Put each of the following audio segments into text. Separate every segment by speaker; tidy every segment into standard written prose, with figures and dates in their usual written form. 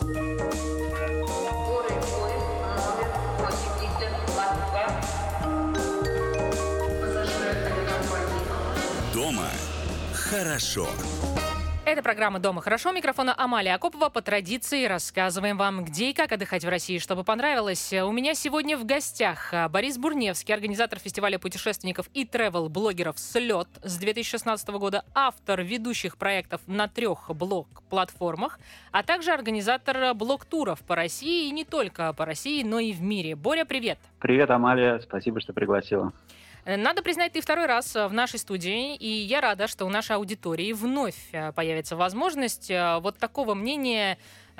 Speaker 1: Скорый поезд номер 8022. Пассажиры авиакомпании.
Speaker 2: Дома хорошо.
Speaker 3: Это программа «Дома хорошо». Микрофона Амалия Акопова. По традиции рассказываем вам, где и как отдыхать в России, чтобы понравилось. У меня сегодня в гостях Борис Бурневский, организатор фестиваля путешественников и тревел-блогеров «Слет» с 2016 года, автор ведущих проектов на 3 блог-платформах, а также организатор блог-туров по России и не только по России, но и в мире. Боря, привет!
Speaker 4: Привет, Амалия. Спасибо, что пригласила.
Speaker 3: Надо признать, ты второй раз в нашей студии, и я рада, что у нашей аудитории вновь появится возможность вот такого мнения,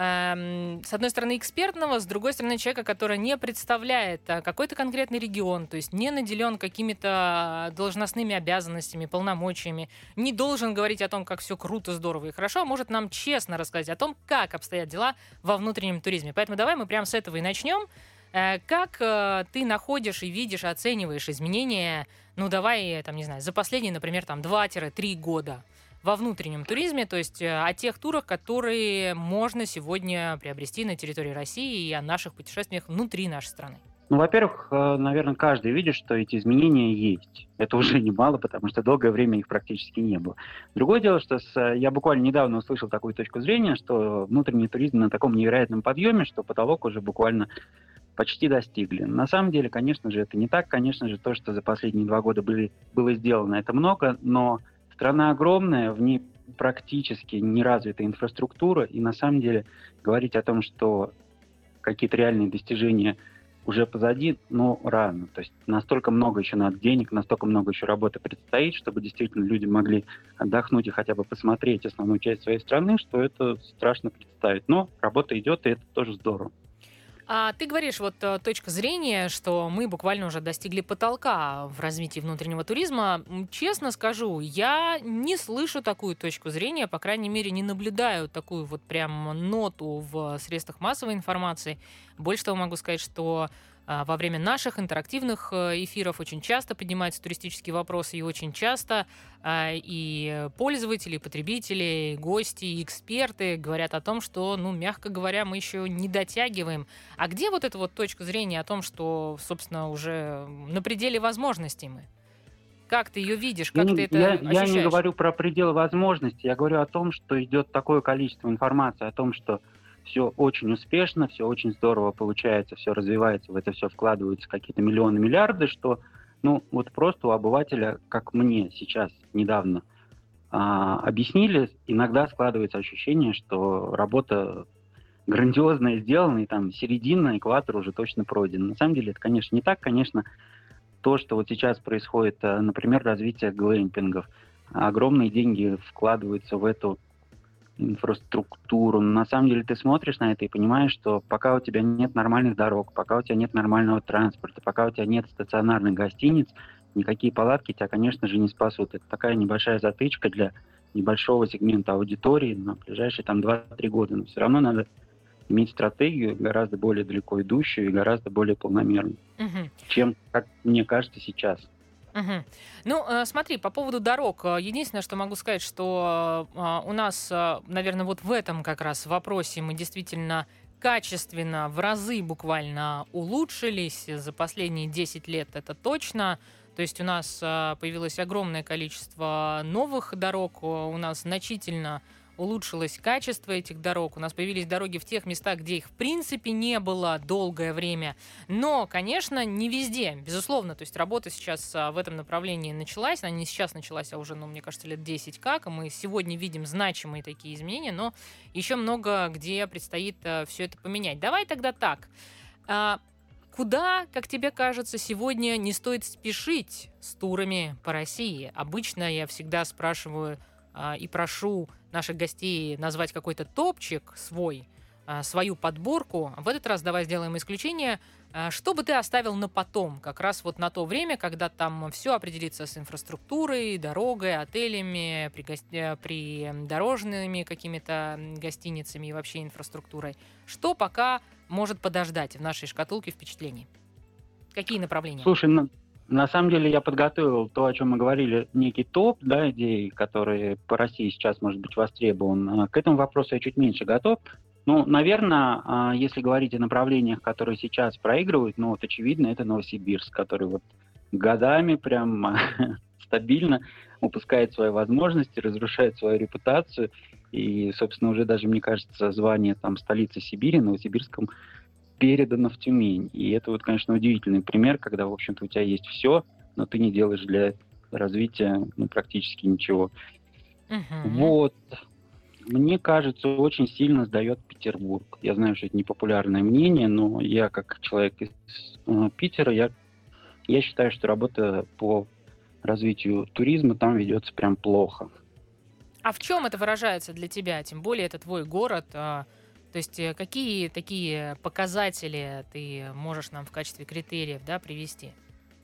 Speaker 3: с одной стороны, экспертного, с другой стороны, человека, который не представляет какой-то конкретный регион, то есть не наделен какими-то должностными обязанностями, полномочиями, не должен говорить о том, как все круто, здорово и хорошо, а может нам честно рассказать о том, как обстоят дела во внутреннем туризме. Поэтому давай мы прямо с этого и начнем. Как ты находишь и видишь, оцениваешь изменения, за последние, например, 2-3 года во внутреннем туризме, то есть о тех турах, которые можно сегодня приобрести на территории России и о наших путешествиях внутри нашей страны?
Speaker 4: Во-первых, наверное, каждый видит, что эти изменения есть. Это уже немало, потому что долгое время их практически не было. Другое дело, что я буквально недавно услышал такую точку зрения, что внутренний туризм на таком невероятном подъеме, что потолок уже буквально почти достигли. На самом деле, конечно же, это не так. Конечно же, то, что за последние 2 года было сделано, это много, но страна огромная, в ней практически не развита инфраструктура, и на самом деле говорить о том, что какие-то реальные достижения уже позади, рано. То есть настолько много еще надо денег, настолько много еще работы предстоит, чтобы действительно люди могли отдохнуть и хотя бы посмотреть основную часть своей страны, что это страшно представить. Но работа идет, и это тоже здорово.
Speaker 3: А ты говоришь, точка зрения, что мы буквально уже достигли потолка в развитии внутреннего туризма. Честно скажу, я не слышу такую точку зрения, по крайней мере, не наблюдаю такую прям ноту в средствах массовой информации. Больше того, могу сказать, что во время наших интерактивных эфиров очень часто поднимаются туристические вопросы, и очень часто и пользователи, и потребители, и гости, и эксперты говорят о том, что, мягко говоря, мы еще не дотягиваем. А где эта точка зрения о том, что, собственно, уже на пределе возможностей мы? Как ты ее видишь? Как ты это ощущаешь?
Speaker 4: Я не говорю про пределы возможностей, я говорю о том, что идет такое количество информации, о том, что все очень успешно, все очень здорово получается, все развивается, в это все вкладываются какие-то миллионы, миллиарды, что, просто у обывателя, как мне сейчас недавно объяснили, иногда складывается ощущение, что работа грандиозная сделана, и середина, экватор уже точно пройден. На самом деле это, конечно, не так. Конечно, то, что сейчас происходит, например, развитие глэмпингов, огромные деньги вкладываются в эту инфраструктуру. На самом деле ты смотришь на это и понимаешь, что пока у тебя нет нормальных дорог, пока у тебя нет нормального транспорта, пока у тебя нет стационарных гостиниц, никакие палатки тебя, конечно же, не спасут. Это такая небольшая затычка для небольшого сегмента аудитории на ближайшие 2-3 года. Но все равно надо иметь стратегию гораздо более далеко идущую и гораздо более полномерную, чем, как мне кажется, сейчас.
Speaker 3: Смотри, по поводу дорог. Единственное, что могу сказать, что у нас, наверное, в этом как раз вопросе мы действительно качественно, в разы буквально улучшились за последние 10 лет, это точно. То есть у нас появилось огромное количество новых дорог, у нас значительно улучшилось качество этих дорог, у нас появились дороги в тех местах, где их в принципе не было долгое время. Но, конечно, не везде, безусловно. То есть работа сейчас в этом направлении началась, она не сейчас началась, а уже, мне кажется, лет 10 как. И мы сегодня видим значимые такие изменения, но еще много где предстоит все это поменять. Давай тогда так. Куда, как тебе кажется, сегодня не стоит спешить с турами по России? Обычно я всегда спрашиваю и прошу наших гостей назвать какой-то топчик свою подборку. В этот раз давай сделаем исключение. Что бы ты оставил на потом, как раз на то время, когда там все определится с инфраструктурой, дорогой, отелями, придорожными какими-то гостиницами и вообще инфраструктурой? Что пока может подождать в нашей шкатулке впечатлений? Какие направления?
Speaker 4: Слушай, на самом деле я подготовил то, о чем мы говорили, некий топ, идей, которые по России сейчас может быть востребован. К этому вопросу я чуть меньше готов. Ну, наверное, если говорить о направлениях, которые сейчас проигрывают, ну, вот очевидно, это Новосибирск, который вот годами прям стабильно упускает свои возможности, разрушает свою репутацию. И, собственно, уже даже, мне кажется, звание там столицы Сибири Новосибирском передано в Тюмень. И это вот, конечно, удивительный пример, когда, в общем-то, у тебя есть все, но ты не делаешь для развития ну, практически ничего.
Speaker 3: Мгм.
Speaker 4: Вот. Мне кажется, очень сильно сдает Петербург. Я знаю, что это непопулярное мнение, но я как человек из Питера, я считаю, что работа по развитию туризма там ведется прям плохо.
Speaker 3: А в чем это выражается для тебя? Тем более это твой город. То есть какие такие показатели ты можешь нам в качестве критериев, да, привести?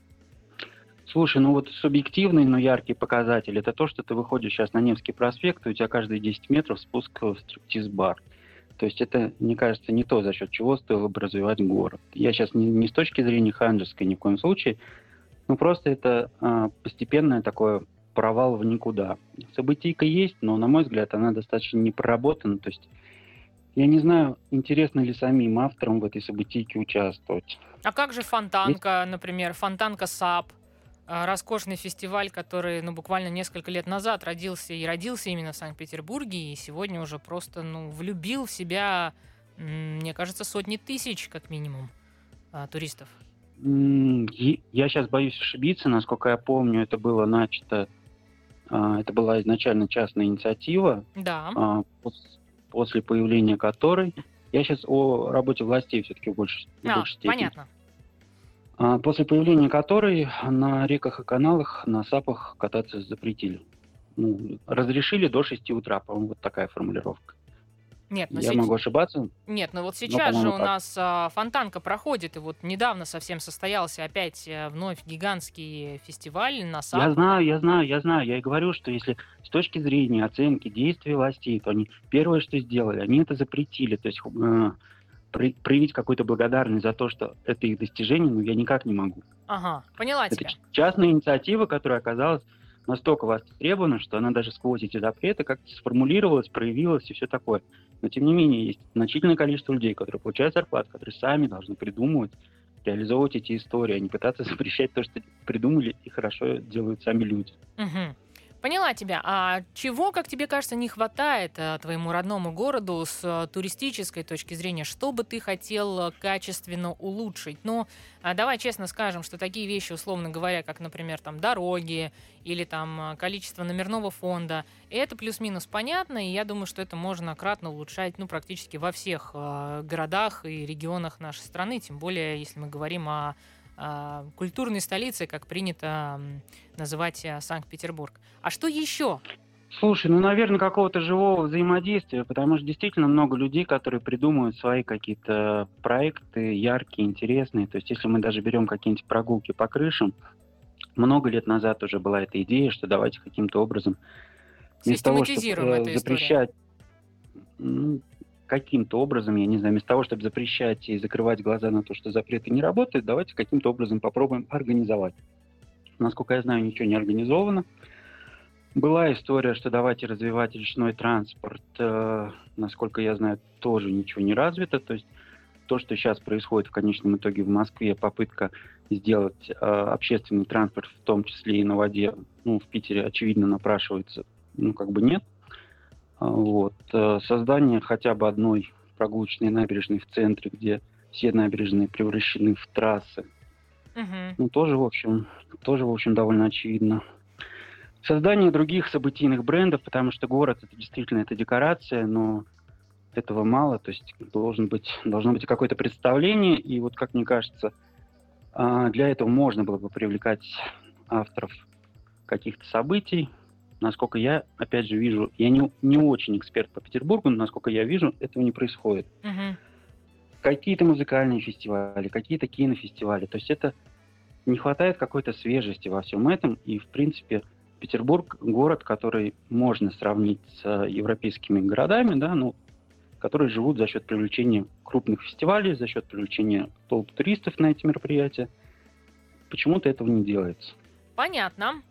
Speaker 4: Слушай, ну вот субъективный, но яркий показатель – это то, что ты выходишь сейчас на Невский проспект, и у тебя каждые 10 метров спуск в стриптиз-бар. То есть это, мне кажется, не то, за счет чего стоило бы развивать город. Я сейчас не с точки зрения ханжеской ни в коем случае, ну просто это постепенное такое провал в никуда. Событийка есть, но, на мой взгляд, она достаточно не проработана. То есть я не знаю, интересно ли самим авторам в этой событийке участвовать.
Speaker 3: А как же
Speaker 4: Есть
Speaker 3: Фонтанка, например, Фонтанка САП, роскошный фестиваль, который, ну, буквально несколько лет назад родился именно в Санкт-Петербурге, и сегодня уже просто, ну, влюбил в себя, мне кажется, сотни тысяч, как минимум, туристов.
Speaker 4: Я сейчас боюсь ошибиться, насколько я помню, это было начато, это была изначально частная инициатива,
Speaker 3: Да,
Speaker 4: после появления которой, я сейчас о работе властей все-таки в большей степени.
Speaker 3: понятно.
Speaker 4: После появления которой на реках и каналах, на САПах кататься запретили. Ну, разрешили до 6 утра, по-моему, вот такая формулировка.
Speaker 3: Нет,
Speaker 4: Я могу ошибаться,
Speaker 3: Нет, ну вот
Speaker 4: но,
Speaker 3: сейчас же
Speaker 4: по-моему,
Speaker 3: у
Speaker 4: так.
Speaker 3: нас Фонтанка проходит, и вот недавно совсем состоялся опять вновь гигантский фестиваль на САП.
Speaker 4: Я знаю. Я и говорю, что если с точки зрения оценки действий властей, то они первое, что сделали, они это запретили. То есть проявить какую-то благодарность за то, что это их достижение, ну, я никак не могу.
Speaker 3: Ага, поняла
Speaker 4: Это
Speaker 3: тебя.
Speaker 4: частная инициатива, которая оказалась настолько востребована, что она даже сквозь эти запреты как-то сформулировалась, проявилась и все такое. Но, тем не менее, есть значительное количество людей, которые получают зарплату, которые сами должны придумывать, реализовывать эти истории, а не пытаться запрещать то, что придумали и хорошо делают сами люди.
Speaker 3: Мгм. Поняла тебя. А чего, как тебе кажется, не хватает твоему родному городу с туристической точки зрения? Что бы ты хотел качественно улучшить? Ну, давай честно скажем, что такие вещи, условно говоря, как, например, там дороги или там количество номерного фонда, это плюс-минус понятно, и я думаю, что это можно кратно улучшать, ну, практически во всех городах и регионах нашей страны, тем более, если мы говорим о культурной столице, как принято называть Санкт-Петербург. А что еще?
Speaker 4: Слушай, ну, наверное, какого-то живого взаимодействия, потому что действительно много людей, которые придумывают свои какие-то проекты яркие, интересные. То есть если мы даже берем какие-нибудь прогулки по крышам, много лет назад уже была эта идея, что давайте каким-то образом, вместо того, чтобы
Speaker 3: Систематизируем эту историю.
Speaker 4: запрещать, ну, каким-то образом, я не знаю, вместо того, чтобы запрещать и закрывать глаза на то, что запреты не работают, давайте каким-то образом попробуем организовать. Насколько я знаю, ничего не организовано. Была история, что давайте развивать речной транспорт. Насколько я знаю, тоже ничего не развито. То есть то, что сейчас происходит в конечном итоге в Москве, попытка сделать общественный транспорт, в том числе и на воде, ну, в Питере, очевидно, напрашивается, ну, как бы нет. Вот. Создание хотя бы одной прогулочной набережной в центре, где все набережные превращены в трассы,
Speaker 3: Мгм.
Speaker 4: ну, тоже, в общем, довольно очевидно. Создание других событийных брендов, потому что город это действительно это декорация, но этого мало, то есть должно быть и какое-то представление, и вот как мне кажется, для этого можно было бы привлекать авторов каких-то событий. Насколько я, опять же, вижу, я не очень эксперт по Петербургу, но насколько я вижу, этого не происходит.
Speaker 3: Мгм.
Speaker 4: Какие-то музыкальные фестивали, какие-то кинофестивали, то есть это не хватает какой-то свежести во всем этом, и, в принципе, Петербург – город, который можно сравнить с европейскими городами, да, ну, которые живут за счет привлечения крупных фестивалей, за счет привлечения толп туристов на эти мероприятия. Почему-то этого не делается.
Speaker 3: Понятно.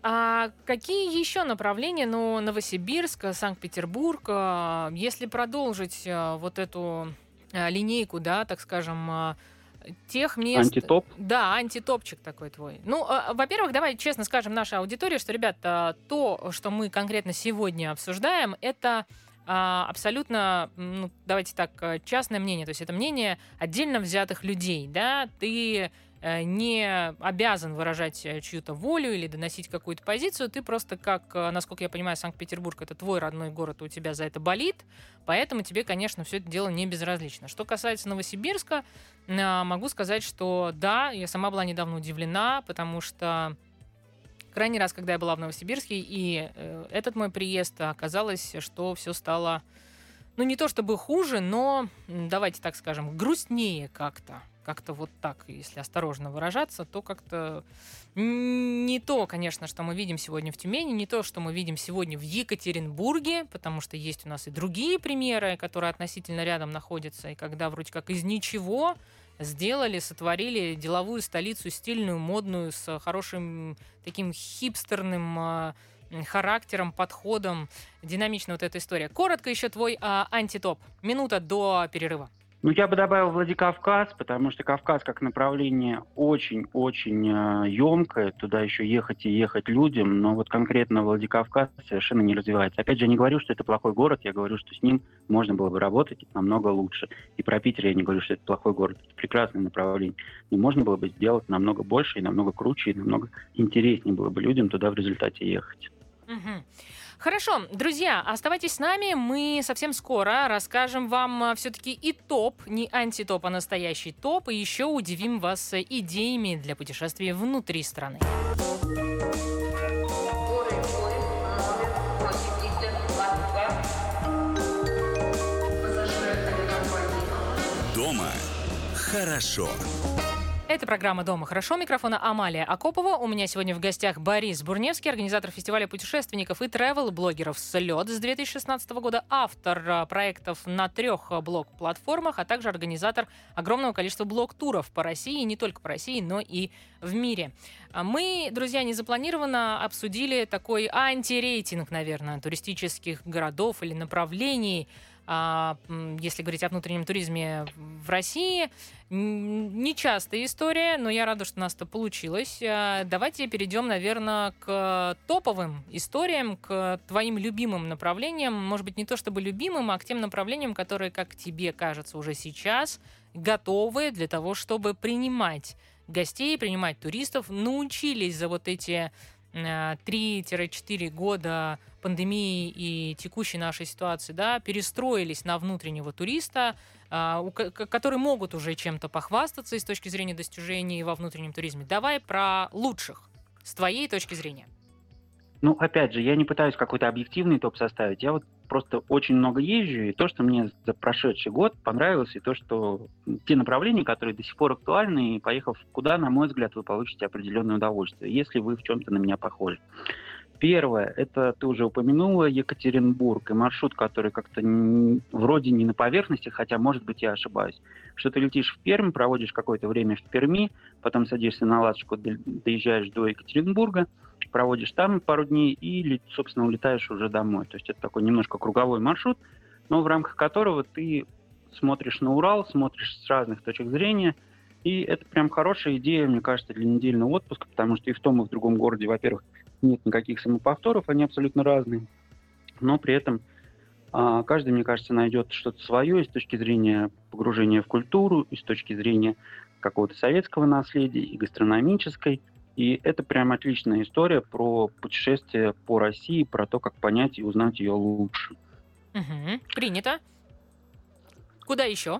Speaker 3: А какие еще направления, ну, Новосибирск, Санкт-Петербург, если продолжить вот эту линейку, да, так скажем, тех мест...
Speaker 4: Антитоп?
Speaker 3: Да, антитопчик такой твой. Ну, во-первых, давай честно скажем нашей аудитории, что, ребята, то, что мы конкретно сегодня обсуждаем, это абсолютно, ну, давайте так, частное мнение. То есть это мнение отдельно взятых людей, да, ты не обязан выражать чью-то волю или доносить какую-то позицию. Ты просто, как, насколько я понимаю, Санкт-Петербург — это твой родной город, у тебя за это болит, поэтому тебе, конечно, все это дело не безразлично. Что касается Новосибирска, могу сказать, что да, я сама была недавно удивлена, потому что крайний раз, когда я была в Новосибирске, и этот мой приезд, оказалось, что все стало, ну, не то чтобы хуже, но, давайте так скажем, грустнее как-то. Как-то вот так, если осторожно выражаться, то как-то не то, конечно, что мы видим сегодня в Тюмени, не то, что мы видим сегодня в Екатеринбурге, потому что есть у нас и другие примеры, которые относительно рядом находятся, и когда вроде как из ничего сделали, сотворили деловую столицу, стильную, модную, с хорошим таким хипстерным характером, подходом. Динамичная вот эта история. Коротко еще твой антитоп. Минута до перерыва.
Speaker 4: Ну, я бы добавил Владикавказ, потому что Кавказ как направление очень-очень емкое. Туда еще ехать и ехать людям, но вот конкретно Владикавказ совершенно не развивается. Опять же, я не говорю, что это плохой город, я говорю, что с ним можно было бы работать намного лучше. И про Питер я не говорю, что это плохой город, это прекрасное направление. Но можно было бы сделать намного больше, и намного круче, и намного интереснее было бы людям туда в результате ехать.
Speaker 3: Угу. Хорошо, друзья, оставайтесь с нами, мы совсем скоро расскажем вам все-таки и топ, не антитоп, а настоящий топ, и еще удивим вас идеями для путешествий внутри страны.
Speaker 1: Горы, номер 8022. Пассажиры авиакомпании.
Speaker 2: Дома хорошо.
Speaker 3: Это программа «Дома хорошо». Микрофона Амалия Акопова. У меня сегодня в гостях Борис Бурневский, организатор фестиваля путешественников и тревел-блогеров «Слет» с 2016 года, автор проектов на 3 блог-платформах, а также организатор огромного количества блог-туров по России, не только по России, но и в мире. Мы, друзья, незапланированно обсудили такой антирейтинг, наверное, туристических городов или направлений, если говорить о внутреннем туризме в России. Нечастая история, но я рада, что у нас это получилось. Давайте перейдем, наверное, к топовым историям, к твоим любимым направлениям. Может быть, не то чтобы любимым, а к тем направлениям, которые, как тебе кажется, уже сейчас готовы для того, чтобы принимать гостей, принимать туристов, научились за вот эти 3-4 года пандемии и текущей нашей ситуации, да, перестроились на внутреннего туриста, которые могут уже чем-то похвастаться и с точки зрения достижений во внутреннем туризме. Давай про лучших, с твоей точки зрения.
Speaker 4: Ну, опять же, я не пытаюсь какой-то объективный топ составить. Я вот просто очень много езжу, и то, что мне за прошедший год понравилось, и то, что те направления, которые до сих пор актуальны, и поехав куда, на мой взгляд, вы получите определенное удовольствие, если вы в чем-то на меня похожи. Первое, это ты уже упомянула, Екатеринбург, и маршрут, который как-то вроде не на поверхности, хотя, может быть, я ошибаюсь. Что ты летишь в Пермь, проводишь какое-то время в Перми, потом садишься на ласточку, доезжаешь до Екатеринбурга, проводишь там пару дней и, собственно, улетаешь уже домой. То есть это такой немножко круговой маршрут, но в рамках которого ты смотришь на Урал, смотришь с разных точек зрения, и это прям хорошая идея, мне кажется, для недельного отпуска, потому что и в том, и в другом городе, во-первых, нет никаких самоповторов, они абсолютно разные, но при этом каждый, мне кажется, найдет что-то свое и с точки зрения погружения в культуру, и с точки зрения какого-то советского наследия, и гастрономической. И это прям отличная история про путешествие по России, про то, как понять и узнать ее лучше.
Speaker 3: Угу. Принято. Куда еще?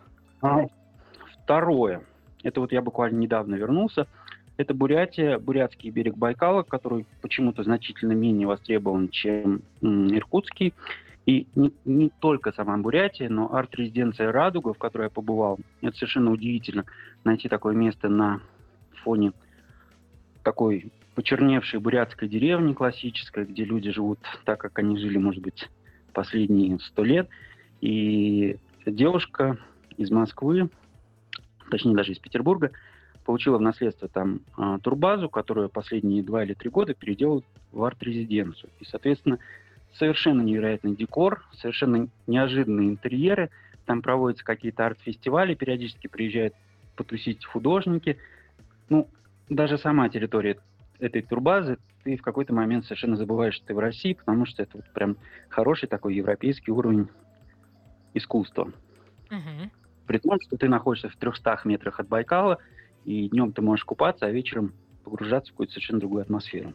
Speaker 4: Второе. Это вот я буквально недавно вернулся. Это Бурятия, Бурятский берег Байкала, который почему-то значительно менее востребован, чем Иркутский. И не только сама Бурятия, но арт-резиденция «Радуга», в которой я побывал. Это совершенно удивительно найти такое место на фоне такой почерневшей бурятской деревни классической, где люди живут так, как они жили, может быть, последние 100 лет. И девушка из Москвы, точнее даже из Петербурга, получила в наследство там турбазу, которую последние 2 или 3 года переделают в арт-резиденцию. И, соответственно, совершенно невероятный декор, совершенно неожиданные интерьеры. Там проводятся какие-то арт-фестивали, периодически приезжают потусить художники. Ну, даже сама территория этой турбазы, ты в какой-то момент совершенно забываешь, что ты в России, потому что это вот прям хороший такой европейский уровень искусства.
Speaker 3: Мгм.
Speaker 4: При том, что ты находишься в 300 метрах от Байкала, и днем ты можешь купаться, а вечером погружаться в какую-то совершенно другую атмосферу.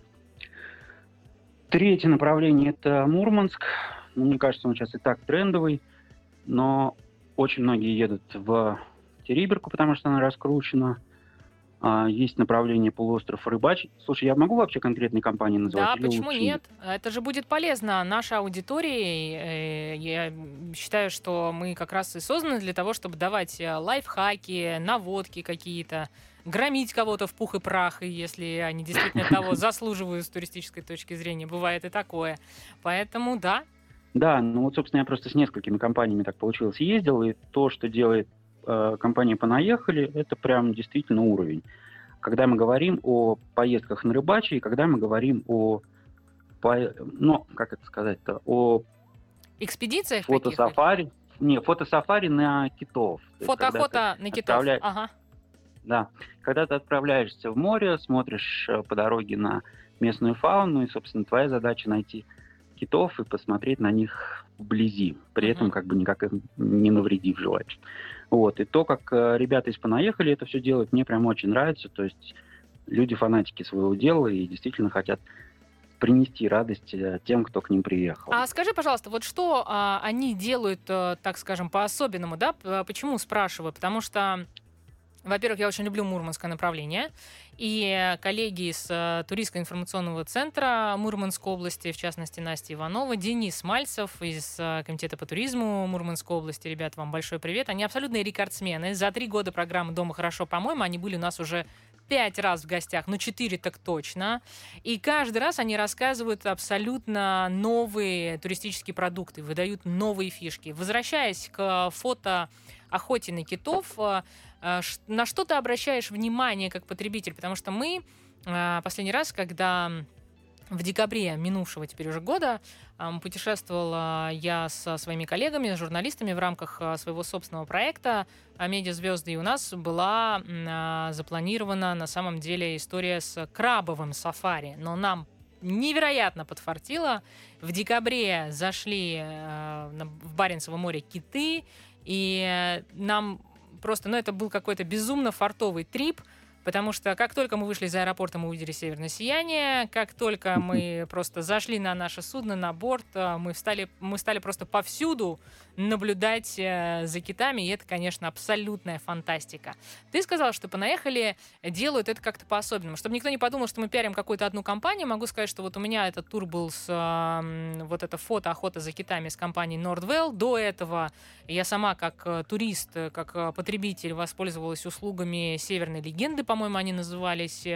Speaker 4: Третье направление – это Мурманск. Ну, мне кажется, он сейчас и так трендовый, но очень многие едут в Териберку, потому что она раскручена. Есть направление полуостров Рыбач. Слушай, я могу вообще конкретные компании называть?
Speaker 3: Да,
Speaker 4: Или
Speaker 3: почему
Speaker 4: лучше
Speaker 3: нет? Это же будет полезно нашей аудитории. Я считаю, что мы как раз и созданы для того, чтобы давать лайфхаки, наводки какие-то, громить кого-то в пух и прах, и если они действительно того заслуживают с туристической точки зрения. Бывает и такое. Поэтому да.
Speaker 4: Да, ну вот, собственно, я просто с несколькими компаниями так получилось ездил, и то, что делает компания «Понаехали», это прям действительно уровень. Когда мы говорим о поездках на Рыбачий, и когда мы говорим о, ну, как это сказать-то, о
Speaker 3: Экспедициях таких?
Speaker 4: фотосафари, не, фотосафари на китов. То есть, когда ты
Speaker 3: Фотоохота на китов.
Speaker 4: отправля-
Speaker 3: Ага.
Speaker 4: Да, когда ты отправляешься в море, смотришь по дороге на местную фауну, и, собственно, твоя задача найти китов и посмотреть на них вблизи, при этом
Speaker 3: Мгм.
Speaker 4: как бы никак им не навредив желательно. Вот. И то, как ребята из «Понаехали» это все делают, мне прям очень нравится. То есть люди фанатики своего дела и действительно хотят принести радость тем, кто к ним приехал.
Speaker 3: А скажи, пожалуйста, вот что они делают, так скажем, по-особенному, да? Почему спрашиваю? Потому что, во-первых, я очень люблю мурманское направление, и коллеги из туристско-информационного центра Мурманской области, в частности, Настя Иванова, Денис Мальцев из Комитета по туризму Мурманской области, ребят, вам большой привет, они абсолютные рекордсмены. За 3 года программы «Дома хорошо», по-моему, они были у нас уже 5 раз в гостях, ну 4 так точно. И каждый раз они рассказывают абсолютно новые туристические продукты, выдают новые фишки. Возвращаясь к фотоохоте на китов, на что ты обращаешь внимание как потребитель? Потому что мы последний раз, когда в декабре минувшего теперь уже года путешествовала я со своими коллегами, с журналистами в рамках своего собственного проекта «Медиазвезды», и у нас была запланирована на самом деле история с крабовым сафари, но нам невероятно подфартило. В декабре зашли в Баренцево море киты, и нам просто, ну, это был какой-то безумно фартовый трип, потому что как только мы вышли из аэропорта, мы увидели северное сияние, как только мы просто зашли на наше судно, на борт, мы стали просто повсюду наблюдать за китами, и это, конечно, абсолютная фантастика. Ты сказал, что «Понаехали» делают это как-то по-особенному. Чтобы никто не подумал, что мы пиарим какую-то одну компанию, могу сказать, что вот у меня этот тур был с вот эта фотоохота за китами с компанией Nordwell. До этого я сама как турист, как потребитель воспользовалась услугами «Северной легенды», по-моему, они назывались,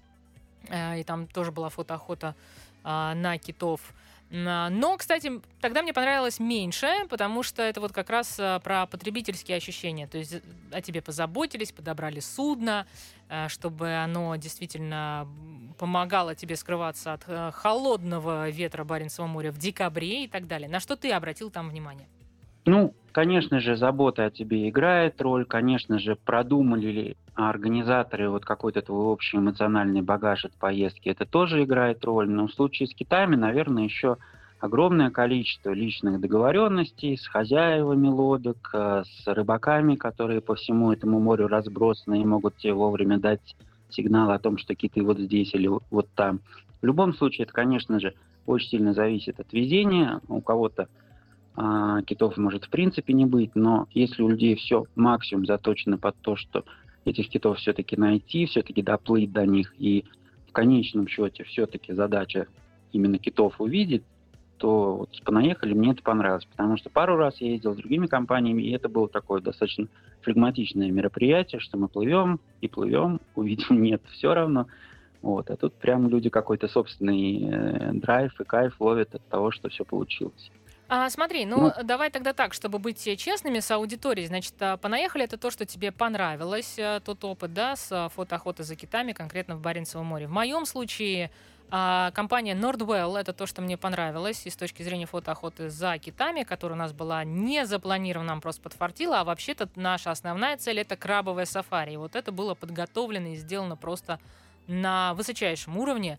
Speaker 3: и там тоже была фотоохота на китов. Но, кстати, тогда мне понравилось меньше, потому что это вот как раз про потребительские ощущения. То есть о тебе позаботились, подобрали судно, чтобы оно действительно помогало тебе скрываться от холодного ветра Баренцева моря в декабре и так далее. На что ты обратил там внимание?
Speaker 4: Ну, конечно же, забота о тебе играет роль, конечно же, продумали ли организаторы вот какой-то твой общий эмоциональный багаж от поездки, это тоже играет роль, но в случае с китами, наверное, еще огромное количество личных договоренностей с хозяевами лодок, с рыбаками, которые по всему этому морю разбросаны и могут тебе вовремя дать сигнал о том, что киты вот здесь или вот там. В любом случае, это, конечно же, очень сильно зависит от везения, у кого-то китов может в принципе не быть, но если у людей все максимум заточено под то, что этих китов все-таки найти, все-таки доплыть до них, и в конечном счете все-таки задача именно китов увидеть, то вот «Понаехали» мне это понравилось, потому что пару раз я ездил с другими компаниями, и это было такое достаточно флегматичное мероприятие, что мы плывем, увидим нет, все равно. Вот. А тут прям люди какой-то собственный драйв и кайф ловят от того, что все получилось.
Speaker 3: Смотри,
Speaker 4: Ну,
Speaker 3: давай тогда так, чтобы быть честными с аудиторией. Значит, понаехали это то, что тебе понравилось, тот опыт, да, с фотоохотой за китами, конкретно в Баренцевом море. В моем случае компания Nordwell — это то, что мне понравилось и с точки зрения фотоохоты за китами, которая у нас была не запланирована, нам просто подфартила, а вообще-то наша основная цель — это крабовое сафари. И вот это было подготовлено и сделано просто на высочайшем уровне.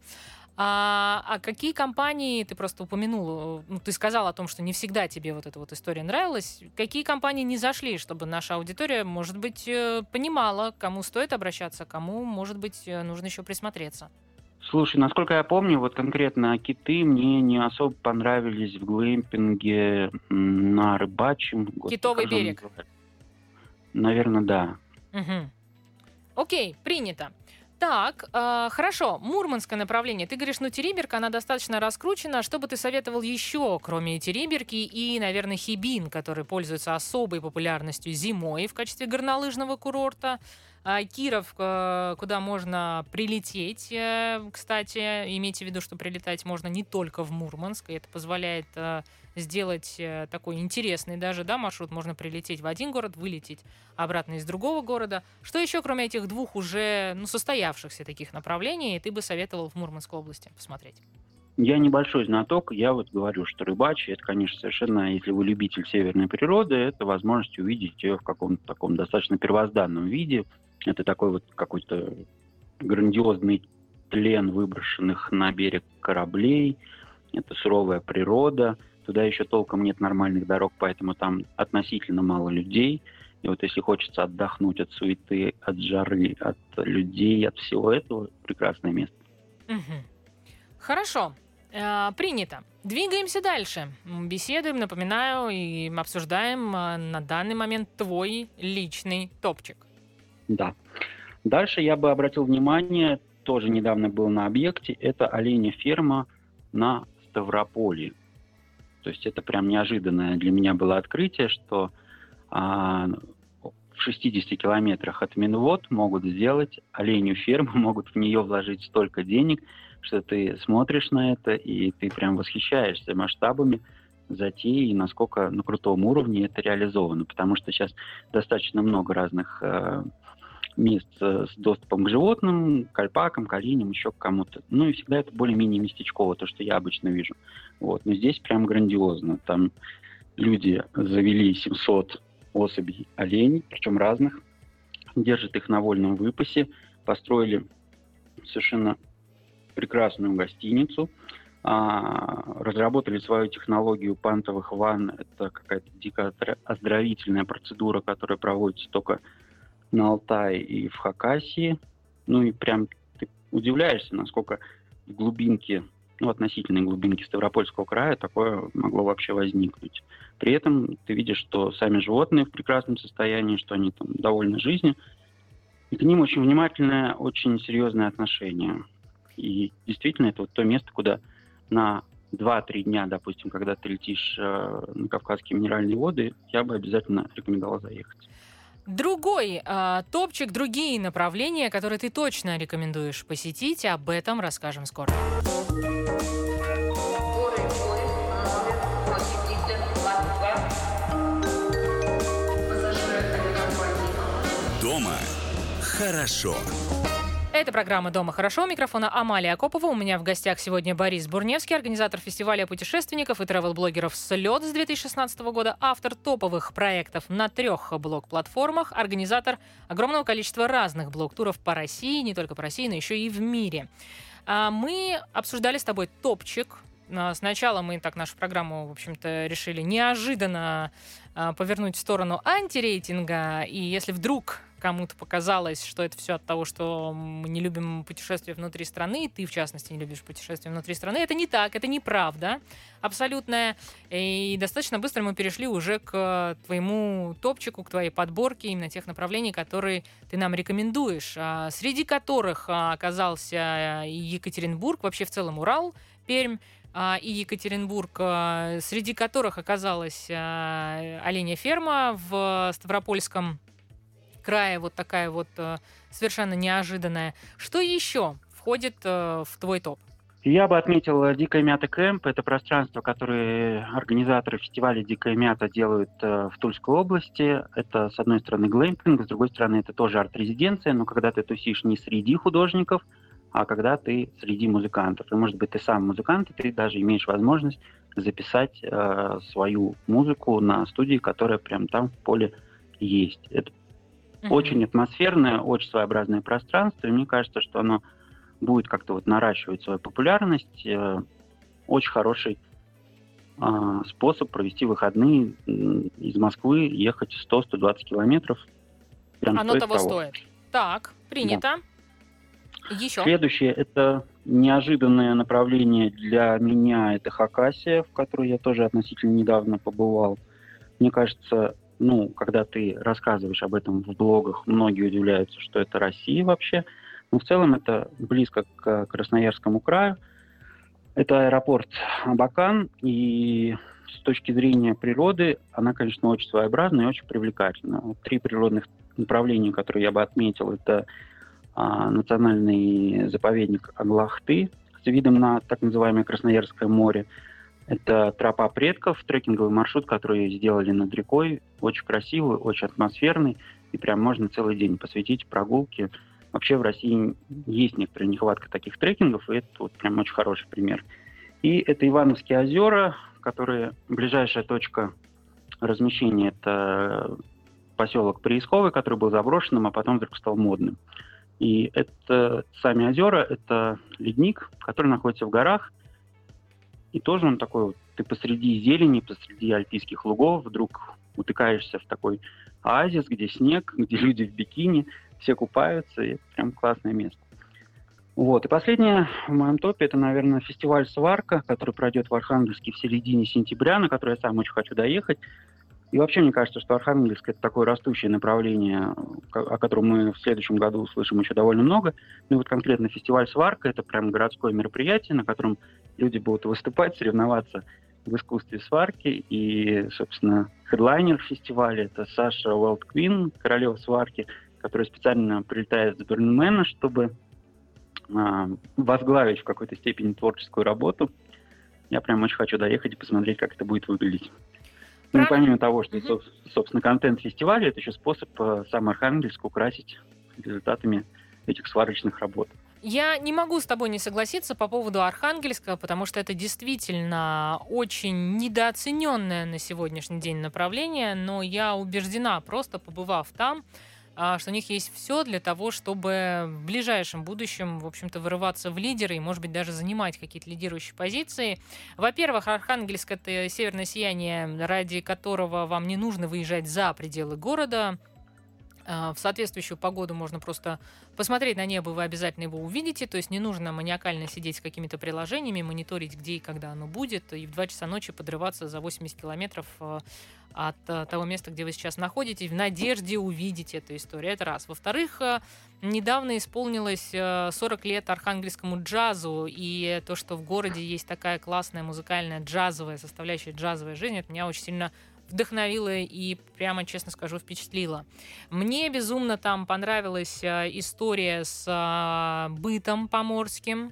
Speaker 3: А какие компании, ты просто упомянул, ты сказал о том, что не всегда тебе вот эта вот история нравилась. Какие компании не зашли, чтобы наша аудитория, может быть, понимала, к кому стоит обращаться, кому, может быть, нужно еще присмотреться?
Speaker 4: слушай, насколько я помню, вот конкретно киты мне не особо понравились в глэмпинге на Рыбачьем. Господи,
Speaker 3: Китовый
Speaker 4: как же он
Speaker 3: берег.
Speaker 4: называется? Наверное, да.
Speaker 3: Мгм. Окей, принято. Так, хорошо, мурманское направление. Ты говоришь, Териберка, она достаточно раскручена. Что бы ты советовал еще, кроме Териберки и, наверное, Хибин, который пользуется особой популярностью зимой в качестве горнолыжного курорта? Киров, куда можно прилететь, кстати, имейте в виду, что прилетать можно не только в Мурманск, и это позволяет сделать такой интересный даже, да, маршрут. Можно прилететь в один город, вылететь обратно из другого города. Что еще, кроме этих двух уже состоявшихся таких направлений, ты бы советовал в Мурманской области посмотреть?
Speaker 4: Я небольшой знаток, я вот говорю, что Рыбачий, это, конечно, совершенно, если вы любитель северной природы, это возможность увидеть ее в каком-то таком достаточно первозданном виде. Это такой вот какой-то грандиозный тлен выброшенных на берег кораблей, это суровая природа, туда еще толком нет нормальных дорог, поэтому там относительно мало людей. И вот если хочется отдохнуть от суеты, от жары, от людей, от всего этого, прекрасное место.
Speaker 3: Мгм. Хорошо, принято. Двигаемся дальше. Беседуем, напоминаю, и обсуждаем на данный момент твой личный топчик.
Speaker 4: Да. Дальше я бы обратил внимание, тоже недавно был на объекте, это оленья ферма на Ставрополе. То есть это прям неожиданное для меня было открытие, что в 60 километрах от Минвод могут сделать оленью ферму, могут в нее вложить столько денег, что ты смотришь на это, и ты прям восхищаешься масштабами затеи и насколько на крутом уровне это реализовано. Потому что сейчас достаточно много разных мест с доступом к животным, к альпакам, к оленям, еще к кому-то. Ну и всегда это более-менее местечково, то, что я обычно вижу. Вот. Но здесь прям грандиозно. Там люди завели 700 особей оленей, причем разных, держат их на вольном выпасе, построили совершенно прекрасную гостиницу, разработали свою технологию пантовых ванн. Это какая-то дико оздоровительная процедура, которая проводится только на Алтае и в Хакасии. Ну и прям ты удивляешься, насколько в глубинке, относительной глубинке Ставропольского края такое могло вообще возникнуть. При этом ты видишь, что сами животные в прекрасном состоянии, что они там довольны жизнью, и к ним очень внимательное, очень серьезное отношение. И действительно, это вот то место, куда на 2-3 дня, допустим, когда ты летишь на Кавказские минеральные воды, я бы обязательно рекомендовал заехать.
Speaker 3: Другой топчик, другие направления, которые ты точно рекомендуешь посетить, об этом расскажем скоро.
Speaker 1: Горы, поезд, номер 8022. Пассажиры авиакомпании
Speaker 2: Дома хорошо.
Speaker 3: Это программа «Дома хорошо». У микрофона Амалия Акопова. У меня в гостях сегодня Борис Бурневский, организатор фестиваля путешественников и тревел-блогеров «Слет» с 2016 года, автор топовых проектов на 3 блог-платформах, организатор огромного количества разных блог-туров по России, не только по России, но еще и в мире. Мы обсуждали с тобой топчик. Сначала мы так нашу программу, в общем-то, решили неожиданно повернуть в сторону антирейтинга. И если вдруг кому-то показалось, что это все от того, что мы не любим путешествия внутри страны, ты, в частности, не любишь путешествия внутри страны, это не так, это неправда абсолютная. И достаточно быстро мы перешли уже к твоему топчику, к твоей подборке именно тех направлений, которые ты нам рекомендуешь, среди которых оказался и Екатеринбург, вообще в целом Урал, Пермь, и Екатеринбург, среди которых оказалась оленья ферма в Ставропольском крае, вот такая вот совершенно неожиданная. Что еще входит в твой топ?
Speaker 4: Я бы отметил «Дикая мята Кэмп». Это пространство, которое организаторы фестиваля «Дикая мята» делают в Тульской области. Это, с одной стороны, глэмпинг, с другой стороны, это тоже арт-резиденция, но когда ты тусишь не среди художников, а когда ты среди музыкантов. И, может быть, ты сам музыкант, и ты даже имеешь возможность записать свою музыку на студии, которая прямо там в поле есть. Это очень атмосферное, очень своеобразное пространство, и мне кажется, что оно будет как-то вот наращивать свою популярность. Очень хороший способ провести выходные из Москвы, ехать 100-120 километров. Прям
Speaker 3: Оно того стоит. Так, принято. Да. Еще.
Speaker 4: Следующее – это неожиданное направление для меня. Это Хакасия, в которой я тоже относительно недавно побывал. Мне кажется, когда ты рассказываешь об этом в блогах, многие удивляются, что это Россия вообще. Но в целом это близко к Красноярскому краю. Это аэропорт Абакан, и с точки зрения природы она, конечно, очень своеобразная и очень привлекательна. 3 природных направления, которые я бы отметил, это национальный заповедник Аглахты с видом на так называемое Красноярское море. Это тропа предков, трекинговый маршрут, который сделали над рекой. Очень красивый, очень атмосферный, и прям можно целый день посвятить прогулке. Вообще в России есть некоторая нехватка таких трекингов, и это вот прям очень хороший пример. И это Ивановские озера, которые ближайшая точка размещения – это поселок Приисковый, который был заброшенным, а потом вдруг стал модным. И это сами озера, это ледник, который находится в горах, и тоже он такой вот, ты посреди зелени, посреди альпийских лугов вдруг утыкаешься в такой оазис, где снег, где люди в бикини, все купаются, и это прям классное место. Вот. И последнее в моем топе – это, наверное, фестиваль «Сварка», который пройдет в Архангельске в середине сентября, на который я сам очень хочу доехать. И вообще, мне кажется, что Архангельск – это такое растущее направление, о котором мы в следующем году услышим еще довольно много. Ну и вот конкретно фестиваль «Сварка» – это прям городское мероприятие, на котором люди будут выступать, соревноваться в искусстве сварки. И, собственно, хедлайнер фестиваля – это Саша Уайлд-Квин, королева сварки, которая специально прилетает с Бернмена, чтобы возглавить в какой-то степени творческую работу. Я прям очень хочу доехать и посмотреть, как это будет выглядеть. Ну, и помимо того, что, собственно, контент фестиваля, это еще способ сам Архангельск украсить результатами этих сварочных работ.
Speaker 3: Я не могу с тобой не согласиться по поводу Архангельска, потому что это действительно очень недооцененное на сегодняшний день направление, но я убеждена, просто побывав там, что у них есть все для того, чтобы в ближайшем будущем, в общем-то, вырываться в лидеры и, может быть, даже занимать какие-то лидирующие позиции. Во-первых, Архангельск — это северное сияние, ради которого вам не нужно выезжать за пределы города. В соответствующую погоду можно просто посмотреть на небо, вы обязательно его увидите, то есть не нужно маниакально сидеть с какими-то приложениями, мониторить, где и когда оно будет, и в 2 часа ночи подрываться за 80 километров от того места, где вы сейчас находитесь, в надежде увидеть эту историю. Это раз. Во-вторых, недавно исполнилось 40 лет архангельскому джазу, и то, что в городе есть такая классная музыкальная джазовая составляющая, джазовая жизнь, это меня очень сильно вдохновило и, прямо честно скажу, впечатлило. Мне безумно там понравилась история с бытом поморским,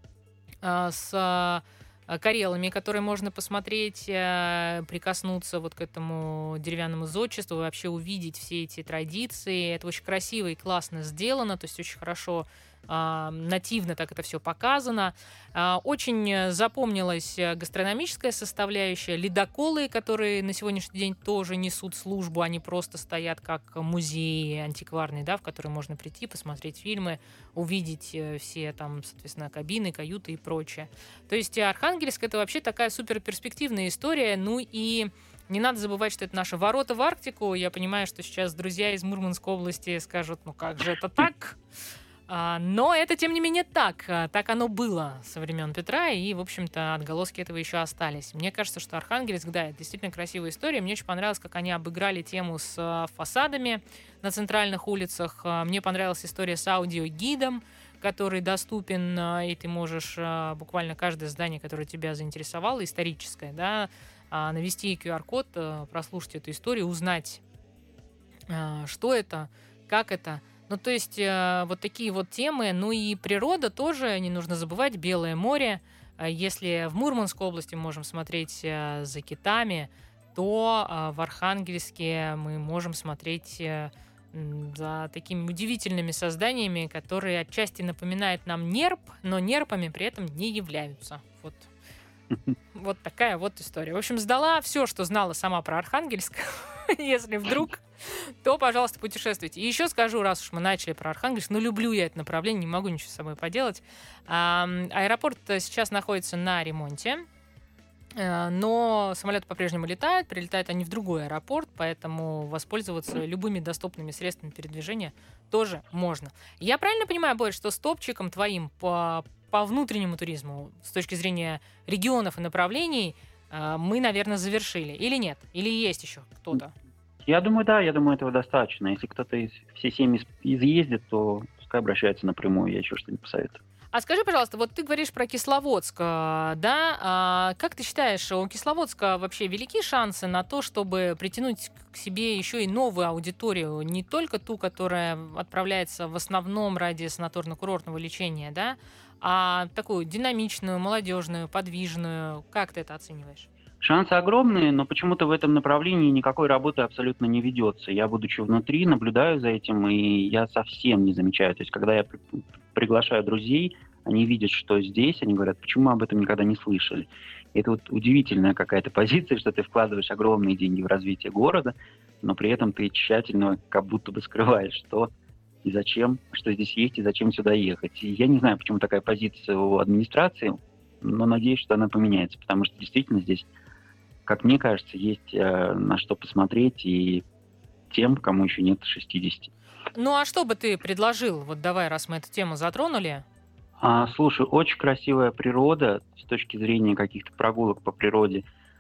Speaker 3: с карелами, которые можно посмотреть, прикоснуться вот к этому деревянному зодчеству, вообще увидеть все эти традиции. Это очень красиво и классно сделано, то есть очень хорошо нативно так это все показано. Очень запомнилась гастрономическая составляющая. Ледоколы, которые на сегодняшний день тоже несут службу, они просто стоят как музеи антикварные, да, в которые можно прийти, посмотреть фильмы, увидеть все там, соответственно, кабины, каюты и прочее. То есть Архангельск — это вообще такая суперперспективная история. Ну и не надо забывать, что это наши ворота в Арктику. Я понимаю, что сейчас друзья из Мурманской области скажут, ну как же это так? Но это, тем не менее, так. Так оно было со времен Петра, и, в общем-то, отголоски этого еще остались. Мне кажется, что Архангельск, да, это действительно красивая история. Мне очень понравилось, как они обыграли тему с фасадами на центральных улицах. Мне понравилась история с аудиогидом, который доступен, и ты можешь буквально каждое здание, которое тебя заинтересовало, историческое, да, навести QR-код, прослушать эту историю, узнать, что это, как это, Ну, то есть вот такие вот темы. Ну и природа тоже, не нужно забывать, Белое море. Если в Мурманской области мы можем смотреть за китами, то в Архангельске мы можем смотреть за такими удивительными созданиями, которые отчасти напоминают нам нерп, но нерпами при этом не являются. Вот такая вот история. В общем, сдала все, что знала сама про Архангельск. Если вдруг, то, пожалуйста, путешествуйте. И еще скажу, раз уж мы начали про Архангельск, но люблю я это направление, не могу ничего с собой поделать. Аэропорт сейчас находится на ремонте, но самолеты по-прежнему летают, прилетают они в другой аэропорт, поэтому воспользоваться любыми доступными средствами передвижения тоже можно. Я правильно понимаю, Борис, что с топчиком твоим по внутреннему туризму с точки зрения регионов и направлений мы, наверное, завершили? Или нет? Или есть еще кто-то?
Speaker 4: Я думаю, да, этого достаточно. Если кто-то из всей семьи изъездит, то пускай обращается напрямую, я еще что-нибудь посоветую.
Speaker 3: А скажи, пожалуйста, вот ты говоришь про Кисловодск, да? Как ты считаешь, у Кисловодска вообще велики шансы на то, чтобы притянуть к себе еще и новую аудиторию, не только ту, которая отправляется в основном ради санаторно-курортного лечения, да, а такую динамичную, молодежную, подвижную? Как ты это оцениваешь?
Speaker 4: Шансы огромные, но почему-то в этом направлении никакой работы абсолютно не ведется. Я, будучи внутри, наблюдаю за этим, и я совсем не замечаю. То есть, когда я приглашаю друзей, они видят, что здесь, они говорят, почему мы об этом никогда не слышали. И это вот удивительная какая-то позиция, что ты вкладываешь огромные деньги в развитие города, но при этом ты тщательно как будто бы скрываешь, что и зачем, что здесь есть, и зачем сюда ехать. И я не знаю, почему такая позиция у администрации, но надеюсь, что она поменяется, потому что действительно здесь, как мне кажется, есть на что посмотреть и тем, кому еще нет 60.
Speaker 3: Ну а что бы ты предложил? Вот давай, раз мы эту тему затронули.
Speaker 4: Слушай, очень красивая природа с точки зрения каких-то прогулок по природе,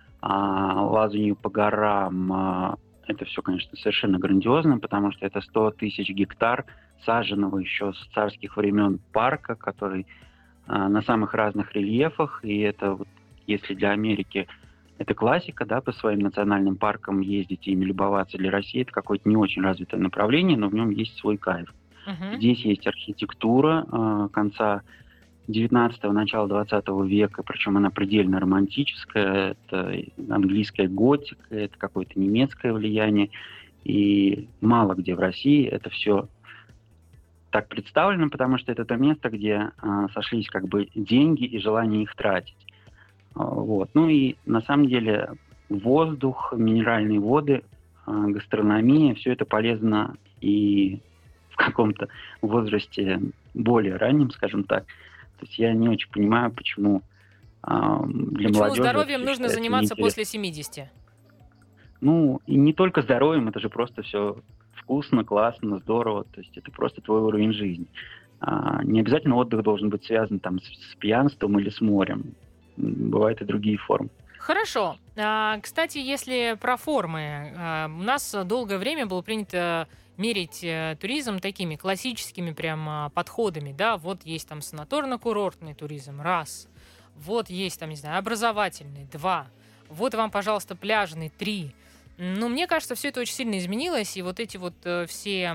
Speaker 4: лазанию по горам. Это все, конечно, совершенно грандиозно, потому что это 100 тысяч гектар саженного еще с царских времен парка, который на самых разных рельефах. И это, вот, если для Америки это классика, да, по своим национальным паркам ездить и ими любоваться, для России это какое-то не очень развитое направление, но в нем есть свой кайф. Здесь есть архитектура конца 19-го, начала 20 века, причем она предельно романтическая, это английская готика, это какое-то немецкое влияние, и мало где в России это все так представлено, потому что это то место, где сошлись как бы деньги и желание их тратить. Вот. Ну и на самом деле воздух, минеральные воды, гастрономия, все это полезно и в каком-то возрасте более раннем, скажем так. То есть я не очень понимаю, почему для молодежи...
Speaker 3: Почему здоровьем нужно заниматься после 70?
Speaker 4: Ну, и не только здоровьем, это же просто все вкусно, классно, здорово. То есть это просто твой уровень жизни. Не обязательно отдых должен быть связан там с пьянством или с морем. Бывают и другие формы.
Speaker 3: Хорошо. Кстати, если про формы. У нас долгое время было принято мерить туризм такими классическими прям подходами, да, вот есть там санаторно-курортный туризм, раз, вот есть там, не знаю, образовательный, два, вот вам, пожалуйста, пляжный, три. Ну, мне кажется, все это очень сильно изменилось, и вот эти вот все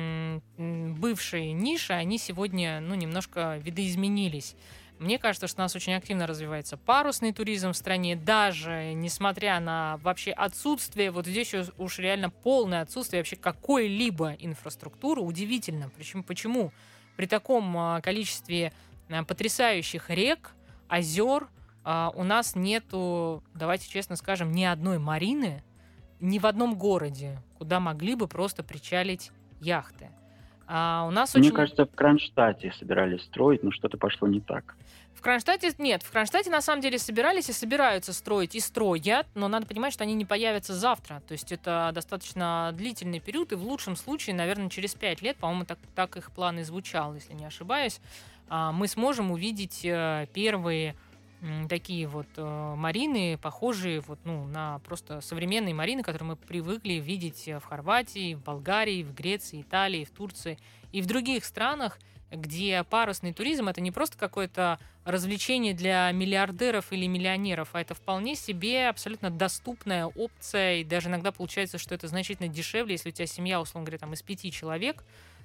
Speaker 3: бывшие ниши, они сегодня, ну, немножко видоизменились. Мне кажется, что у нас очень активно развивается парусный туризм в стране, даже несмотря на вообще отсутствие, вот здесь уж реально полное отсутствие вообще какой-либо инфраструктуры. Удивительно. Причем почему при таком количестве потрясающих рек, озер у нас нету, давайте честно скажем, ни одной марины, ни в одном городе, куда могли бы просто причалить яхты. У нас
Speaker 4: Мне кажется, в Кронштадте собирались строить, но что-то пошло не так.
Speaker 3: В Кронштадте нет. В Кронштадте на самом деле собирались и собираются строить, и строят, но надо понимать, что они не появятся завтра. То есть это достаточно длительный период, и в лучшем случае, наверное, через 5 лет, по-моему, так их план и звучал, если не ошибаюсь, мы сможем увидеть первые такие вот марины, похожие вот, ну, на просто современные марины, которые мы привыкли видеть в Хорватии, в Болгарии, в Греции, Италии, в Турции и в других странах, где парусный туризм — это не просто какое-то развлечение для миллиардеров или миллионеров, а это вполне себе абсолютно доступная опция, и даже иногда получается, что это значительно дешевле, если у тебя семья, условно говоря, там, из 5 человек,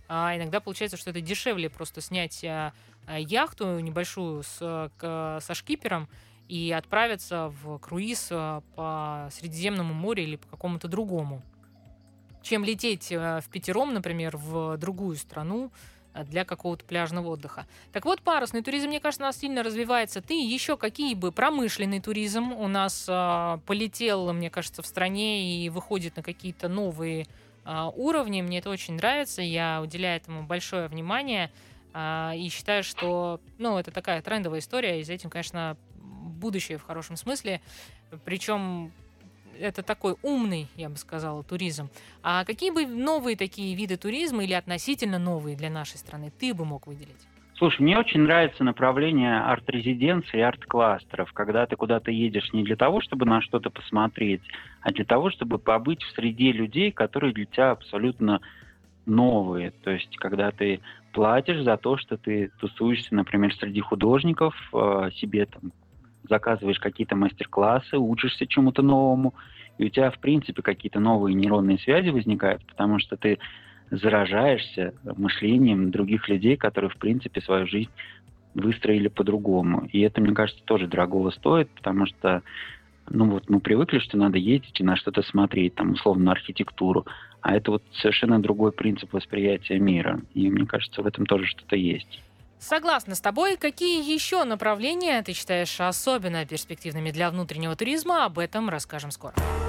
Speaker 3: А иногда получается, что это дешевле просто снять яхту небольшую со шкипером и отправиться в круиз по Средиземному морю или по какому-то другому, чем лететь впятером, например, в другую страну для какого-то пляжного отдыха. Так вот, парусный туризм, мне кажется, у нас сильно развивается. Ты еще какие бы промышленный туризм у нас полетел, мне кажется, в стране и выходит на какие-то новые уровни. Мне это очень нравится, я уделяю этому большое внимание и считаю, что это такая трендовая история, и за этим, конечно, будущее в хорошем смысле. Причем это такой умный, я бы сказала, туризм. А какие бы новые такие виды туризма или относительно новые для нашей страны ты бы мог выделить?
Speaker 4: Слушай, мне очень нравится направление арт-резиденций и арт-кластеров, когда ты куда-то едешь не для того, чтобы на что-то посмотреть, а для того, чтобы побыть в среде людей, которые для тебя абсолютно новые. То есть, когда ты платишь за то, что ты тусуешься, например, среди художников, себе там заказываешь какие-то мастер-классы, учишься чему-то новому, и у тебя, в принципе, какие-то новые нейронные связи возникают, потому что ты заражаешься мышлением других людей, которые, в принципе, свою жизнь выстроили по-другому. И это, мне кажется, тоже дорогого стоит, потому что мы привыкли, что надо ездить и на что-то смотреть, там, условно, на архитектуру, а это вот совершенно другой принцип восприятия мира. И мне кажется, в этом тоже что-то есть.
Speaker 3: Согласна с тобой. Какие еще направления ты считаешь особенно перспективными для внутреннего туризма? Об этом расскажем скоро.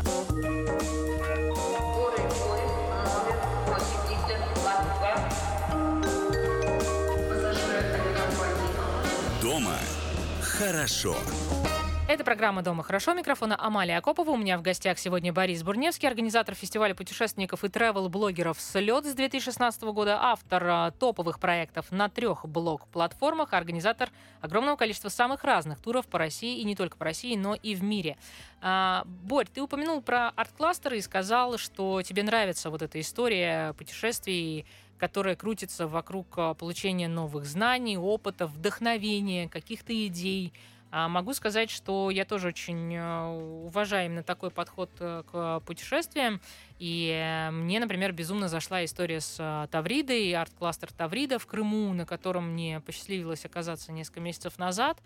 Speaker 1: Горы, номер 8022. Пассажир авиакомпании
Speaker 2: Дома хорошо.
Speaker 3: Это программа «Дома хорошо». Микрофона Амалия Акопова. У меня в гостях сегодня Борис Бурневский, организатор фестиваля путешественников и тревел-блогеров «Слет» с 2016 года, автор топовых проектов на 3 блог-платформах, организатор огромного количества самых разных туров по России, и не только по России, но и в мире. Борь, ты упомянул про арт-кластеры и сказал, что тебе нравится вот эта история путешествий, которая крутится вокруг получения новых знаний, опыта, вдохновения, каких-то идей. Могу сказать, что я тоже очень уважаю именно такой подход к путешествиям. И мне, например, безумно зашла история с Тавридой, арт-кластер Таврида в Крыму, на котором мне посчастливилось оказаться несколько месяцев назад.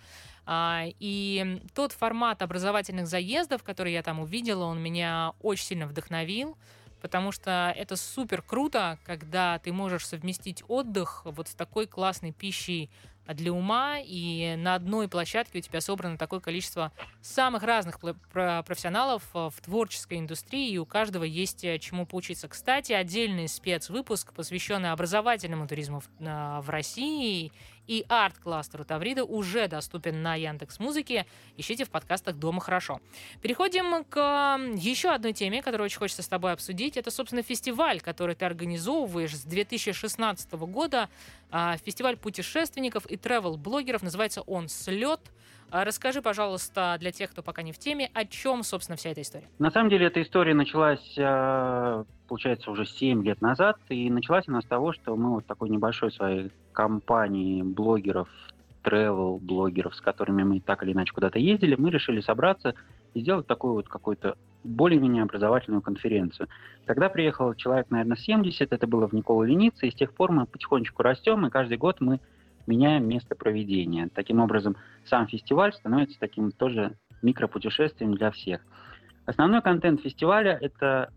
Speaker 3: И тот формат образовательных заездов, который я там увидела, он меня очень сильно вдохновил. Потому что это супер круто, когда ты можешь совместить отдых вот с такой классной пищей для ума, и на одной площадке у тебя собрано такое количество самых разных профессионалов в творческой индустрии, и у каждого есть чему поучиться. Кстати, отдельный спецвыпуск, посвященный образовательному туризму в России, и арт-кластеру Таврида уже доступен на Яндекс.Музыке. Ищите в подкастах «Дома хорошо». Переходим к еще одной теме, которую очень хочется с тобой обсудить. Это, собственно, фестиваль, который ты организовываешь с 2016 года. Фестиваль путешественников и тревел-блогеров. Называется он «Слет». Расскажи, пожалуйста, для тех, кто пока не в теме, о чем, собственно, вся эта история.
Speaker 4: На самом деле, эта история началась, получается, уже 7 лет назад, и началась она с того, что мы вот такой небольшой своей компании блогеров, travel-блогеров, с которыми мы так или иначе куда-то ездили, мы решили собраться и сделать такую вот какую-то более-менее образовательную конференцию. Тогда приехал человек, наверное, 70, это было в Никола-Венице, и с тех пор мы потихонечку растем, и каждый год мы меняем место проведения. Таким образом, сам фестиваль становится таким тоже микропутешествием для всех. Основной контент фестиваля – это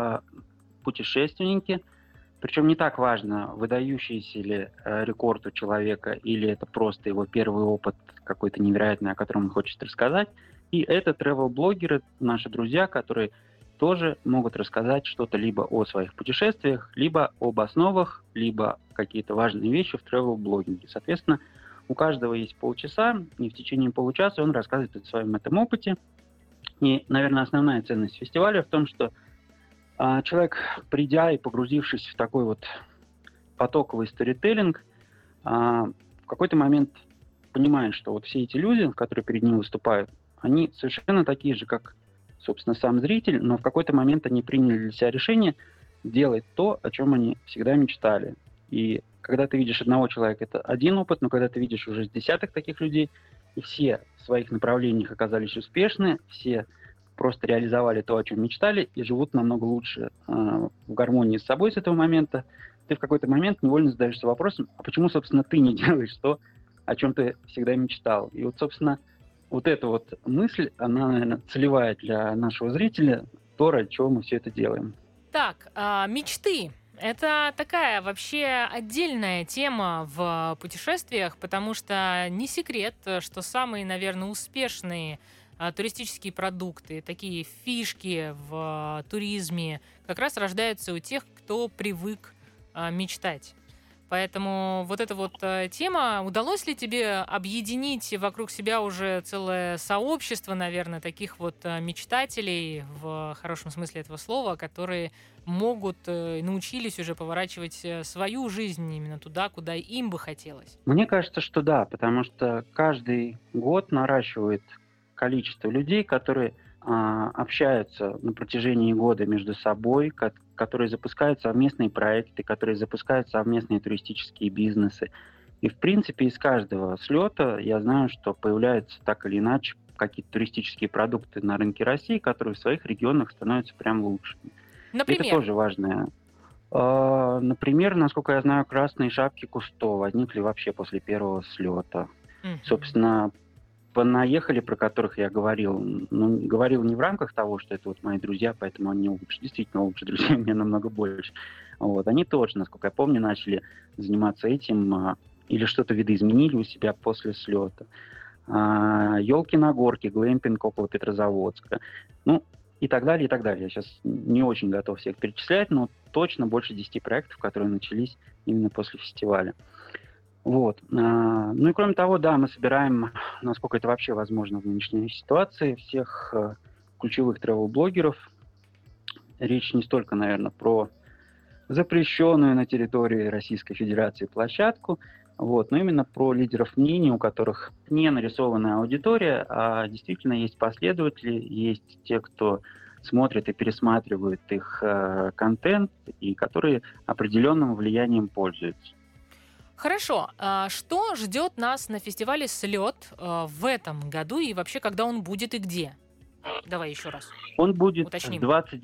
Speaker 4: путешественники, причем не так важно, выдающийся ли рекорд у человека, или это просто его первый опыт какой-то невероятный, о котором он хочет рассказать. И это travel-блогеры, наши друзья, которые тоже могут рассказать что-то либо о своих путешествиях, либо об основах, либо какие-то важные вещи в travel-блогинге. Соответственно, у каждого есть полчаса, и в течение получаса он рассказывает о своем этом опыте. И, наверное, основная ценность фестиваля в том, что человек, придя и погрузившись в такой вот потоковый сторителлинг, в какой-то момент понимает, что вот все эти люди, которые перед ним выступают, они совершенно такие же, как, собственно, сам зритель, но в какой-то момент они приняли для себя решение делать то, о чем они всегда мечтали. И когда ты видишь одного человека, это один опыт, но когда ты видишь уже десяток таких людей, и все в своих направлениях оказались успешны, все просто реализовали то, о чем мечтали, и живут намного лучше в гармонии с собой с этого момента, ты в какой-то момент невольно задаешься вопросом, а почему, собственно, ты не делаешь то, о чем ты всегда мечтал? И вот, собственно, вот эта вот мысль, она, наверное, целевая для нашего зрителя, то, ради чего мы все это делаем.
Speaker 3: Так, мечты. Это такая вообще отдельная тема в путешествиях, потому что не секрет, что самые, наверное, успешные туристические продукты, такие фишки в туризме, как раз рождаются у тех, кто привык мечтать. Поэтому вот эта вот тема, удалось ли тебе объединить вокруг себя уже целое сообщество, наверное, таких вот мечтателей, в хорошем смысле этого слова, которые могут научились уже поворачивать свою жизнь именно туда, куда им бы хотелось?
Speaker 4: Мне кажется, что да, потому что каждый год наращивает количество людей, которые общаются на протяжении года между собой, которые запускают совместные проекты, которые запускают совместные туристические бизнесы. И, в принципе, из каждого слета я знаю, что появляются так или иначе какие-то туристические продукты на рынке России, которые в своих регионах становятся прям лучшими.
Speaker 3: Например?
Speaker 4: Это тоже важное. Например, насколько я знаю, красные шапки Кусто возникли вообще после первого слета. Собственно, понаехали, про которых я говорил, говорил не в рамках того, что это вот мои друзья, поэтому они лучше, действительно лучше, друзья, мне намного больше. Вот. Они тоже, насколько я помню, начали заниматься этим или что-то видоизменили у себя после слета. Елки на горке, глэмпинг около Петрозаводска. И так далее, и так далее. Я сейчас не очень готов всех перечислять, но точно больше 10 проектов, которые начались именно после фестиваля. Вот. Ну и кроме того, да, мы собираем, насколько это вообще возможно в нынешней ситуации, всех ключевых travel-блогеров. Речь не столько, наверное, про запрещенную на территории Российской Федерации площадку, вот, но именно про лидеров мнений, у которых не нарисованная аудитория, а действительно есть последователи, есть те, кто смотрит и пересматривает их контент, и которые определенным влиянием пользуются.
Speaker 3: Хорошо. Что ждет нас на фестивале «Слет» в этом году и вообще, когда он будет и где? Давай еще раз.
Speaker 4: Он будет
Speaker 3: уточним.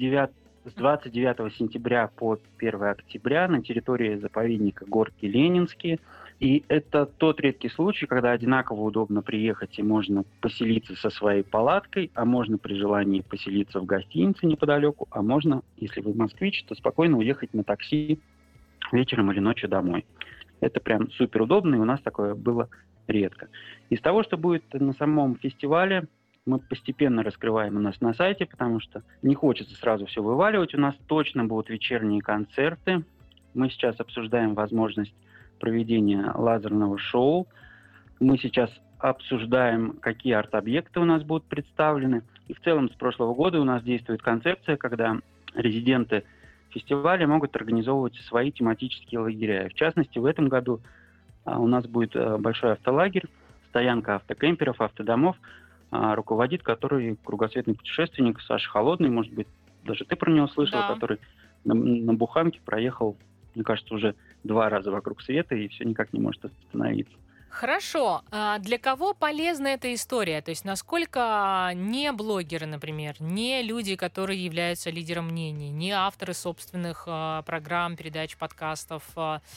Speaker 4: с 29 сентября по 1 октября на территории заповедника Горки Ленинские. И это тот редкий случай, когда одинаково удобно приехать и можно поселиться со своей палаткой, а можно при желании поселиться в гостинице неподалеку, а можно, если вы москвич, то спокойно уехать на такси вечером или ночью домой. Это прям супер удобно, и у нас такое было редко. Из того, что будет на самом фестивале, мы постепенно раскрываем у нас на сайте, потому что не хочется сразу все вываливать. У нас точно будут вечерние концерты. Мы сейчас обсуждаем возможность проведения лазерного шоу. Мы сейчас обсуждаем, какие арт-объекты у нас будут представлены. И в целом с прошлого года у нас действует концепция, когда резиденты фестиваля могут организовывать свои тематические лагеря. В частности, в этом году у нас будет большой автолагерь, стоянка автокемперов, автодомов, руководит который кругосветный путешественник Саша Холодный, может быть, даже ты про него слышал,
Speaker 3: Да.
Speaker 4: который на буханке проехал, мне кажется, уже 2 раза вокруг света и все никак не может остановиться.
Speaker 3: Хорошо. Для кого полезна эта история? То есть насколько не блогеры, например, не люди, которые являются лидером мнений, не авторы собственных программ, передач, подкастов,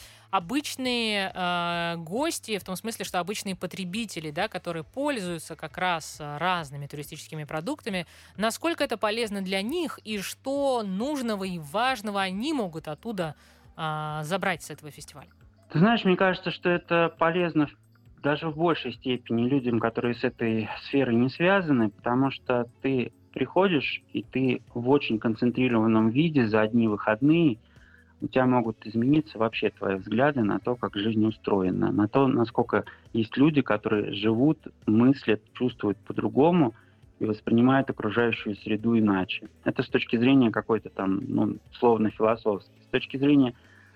Speaker 3: обычные гости, в том смысле, что обычные потребители, да, которые пользуются как раз разными туристическими продуктами, насколько это полезно для них и что нужного и важного они могут оттуда забрать с этого фестиваля?
Speaker 4: Ты знаешь, мне кажется, что это полезно даже в большей степени людям, которые с этой сферой не связаны, потому что ты приходишь, и ты в очень концентрированном виде за одни выходные, у тебя могут измениться вообще твои взгляды на то, как жизнь устроена, на то, насколько есть люди, которые живут, мыслят, чувствуют по-другому и воспринимают окружающую среду иначе. Это с точки зрения какой-то там, словно-философской. С точки зрения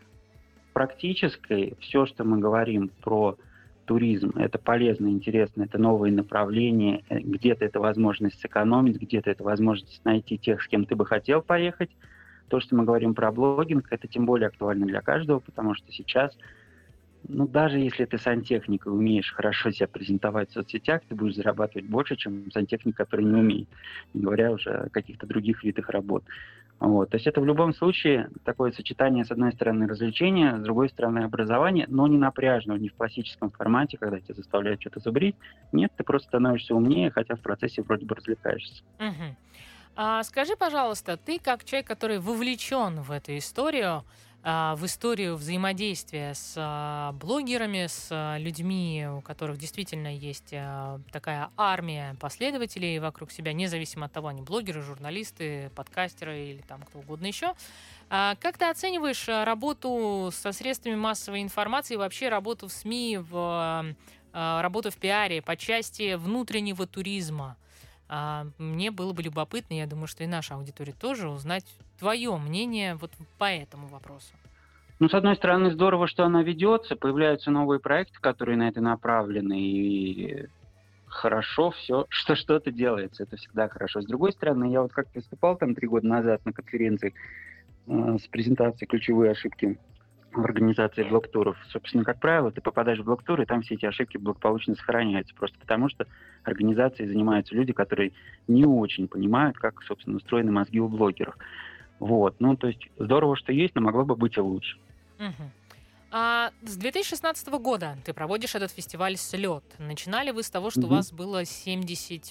Speaker 4: практической, все, что мы говорим про туризм, это полезно, интересно, это новые направления, где-то это возможность сэкономить, где-то это возможность найти тех, с кем ты бы хотел поехать. То, что мы говорим про блогинг, это тем более актуально для каждого, потому что сейчас ну, даже если ты сантехник и умеешь хорошо себя презентовать в соцсетях, ты будешь зарабатывать больше, чем сантехник, который не умеет, не говоря уже о каких-то других видах работ. Вот. То есть это в любом случае такое сочетание, с одной стороны, развлечения, с другой стороны, образования, но не напряжного, не в классическом формате, когда тебя заставляют что-то зубрить. Нет, ты просто становишься умнее, хотя в процессе вроде бы развлекаешься.
Speaker 3: Мгм. А скажи, пожалуйста, ты как человек, который вовлечен в эту историю, в историю взаимодействия с блогерами, с людьми, у которых действительно есть такая армия последователей вокруг себя, независимо от того, они блогеры, журналисты, подкастеры или там кто угодно еще. Как ты оцениваешь работу со средствами массовой информации и вообще работу в СМИ, работу в пиаре по части внутреннего туризма? Мне было бы любопытно, я думаю, что и наша аудитория тоже, узнать твое мнение вот по этому вопросу.
Speaker 4: Ну, с одной стороны, здорово, что она ведется, появляются новые проекты, которые на это направлены, и хорошо все, что что-то делается, это всегда хорошо. С другой стороны, я вот как-то выступал там 3 года назад на конференции с презентацией «Ключевые ошибки в организации блок-туров». Собственно, как правило, ты попадаешь в блок-тур, и там все эти ошибки благополучно сохраняются, просто потому что организацией занимаются люди, которые не очень понимают, как, собственно, устроены мозги у блогеров. Вот, ну, то есть здорово, что есть, но могло бы быть и лучше.
Speaker 3: Мгм. С 2016 года ты проводишь этот фестиваль «Слет». Начинали вы с того, что у вас было 70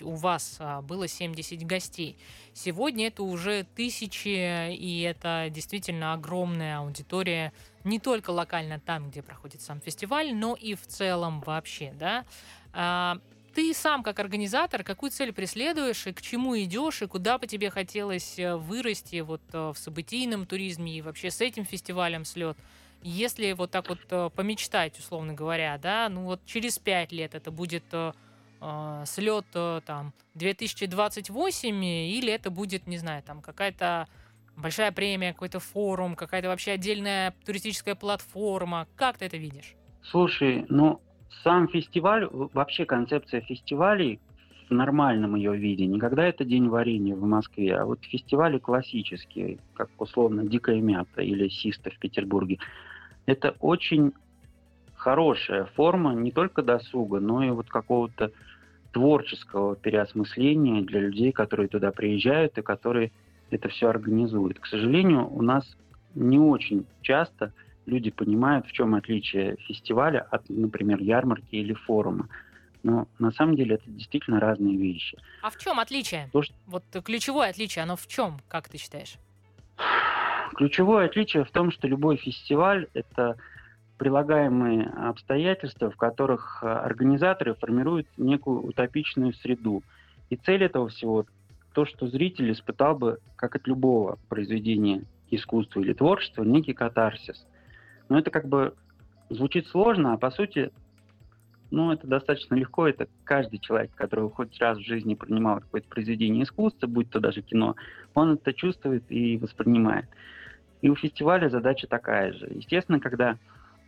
Speaker 3: гостей. Сегодня это уже тысячи, и это действительно огромная аудитория, не только локально там, где проходит сам фестиваль, но и в целом вообще, да? Ты сам, как организатор, какую цель преследуешь и к чему идешь, и куда бы тебе хотелось вырасти вот в событийном туризме и вообще с этим фестивалем «Слет»? Если вот так вот помечтать, условно говоря, да, ну вот через 5 лет это будет слет там 2028, или это будет, не знаю, там какая-то большая премия, какой-то форум, какая-то вообще отдельная туристическая платформа. Как ты это видишь?
Speaker 4: Слушай, ну, сам фестиваль, вообще концепция фестивалей в нормальном ее виде, не когда это день варенья в Москве, а вот фестивали классические, как условно «Дикая мята» или «Систа» в Петербурге, это очень хорошая форма не только досуга, но и вот какого-то творческого переосмысления для людей, которые туда приезжают и которые это все организуют. К сожалению, у нас не очень часто люди понимают, в чем отличие фестиваля от, например, ярмарки или форума. Но на самом деле это действительно разные вещи.
Speaker 3: А в чем отличие? Вот ключевое отличие, оно в чем, как ты считаешь?
Speaker 4: Ключевое отличие в том, что любой фестиваль – это прилагаемые обстоятельства, в которых организаторы формируют некую утопичную среду. И цель этого всего – то, что зритель испытал бы, как от любого произведения искусства или творчества, некий катарсис. Но это как бы звучит сложно, а по сути, ну, это достаточно легко. Это каждый человек, который хоть раз в жизни принимал какое-то произведение искусства, будь то даже кино, он это чувствует и воспринимает. И у фестиваля задача такая же. Естественно, когда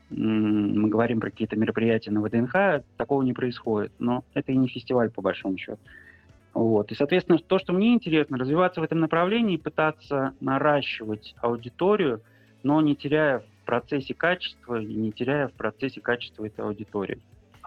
Speaker 4: мы говорим про какие-то мероприятия на ВДНХ, такого не происходит. Но это и не фестиваль, по большому счету. Вот. И, соответственно, то, что мне интересно, развиваться в этом направлении, пытаться наращивать аудиторию, но не теряя в процессе качества и не теряя в процессе качества этой аудитории.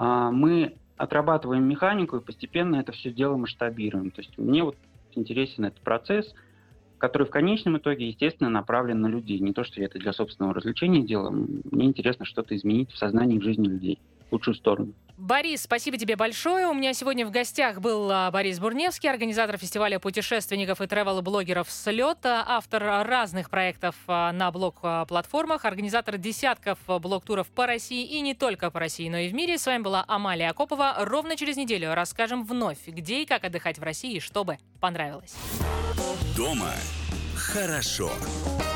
Speaker 4: Мы отрабатываем механику и постепенно это все дело масштабируем. То есть мне вот интересен этот процесс, который в конечном итоге, естественно, направлен на людей. Не то, что я это для собственного развлечения делаю. Мне интересно что-то изменить в сознании и в жизни людей в лучшую сторону.
Speaker 3: Борис, спасибо тебе большое. У меня сегодня в гостях был Борис Бурневский, организатор фестиваля путешественников и тревел-блогеров «Слет», автор разных проектов на блог-платформах, организатор десятков блог-туров по России и не только по России, но и в мире. С вами была Амалия Акопова. Ровно через неделю расскажем вновь, где и как отдыхать в России, чтобы понравилось.
Speaker 2: Дома хорошо.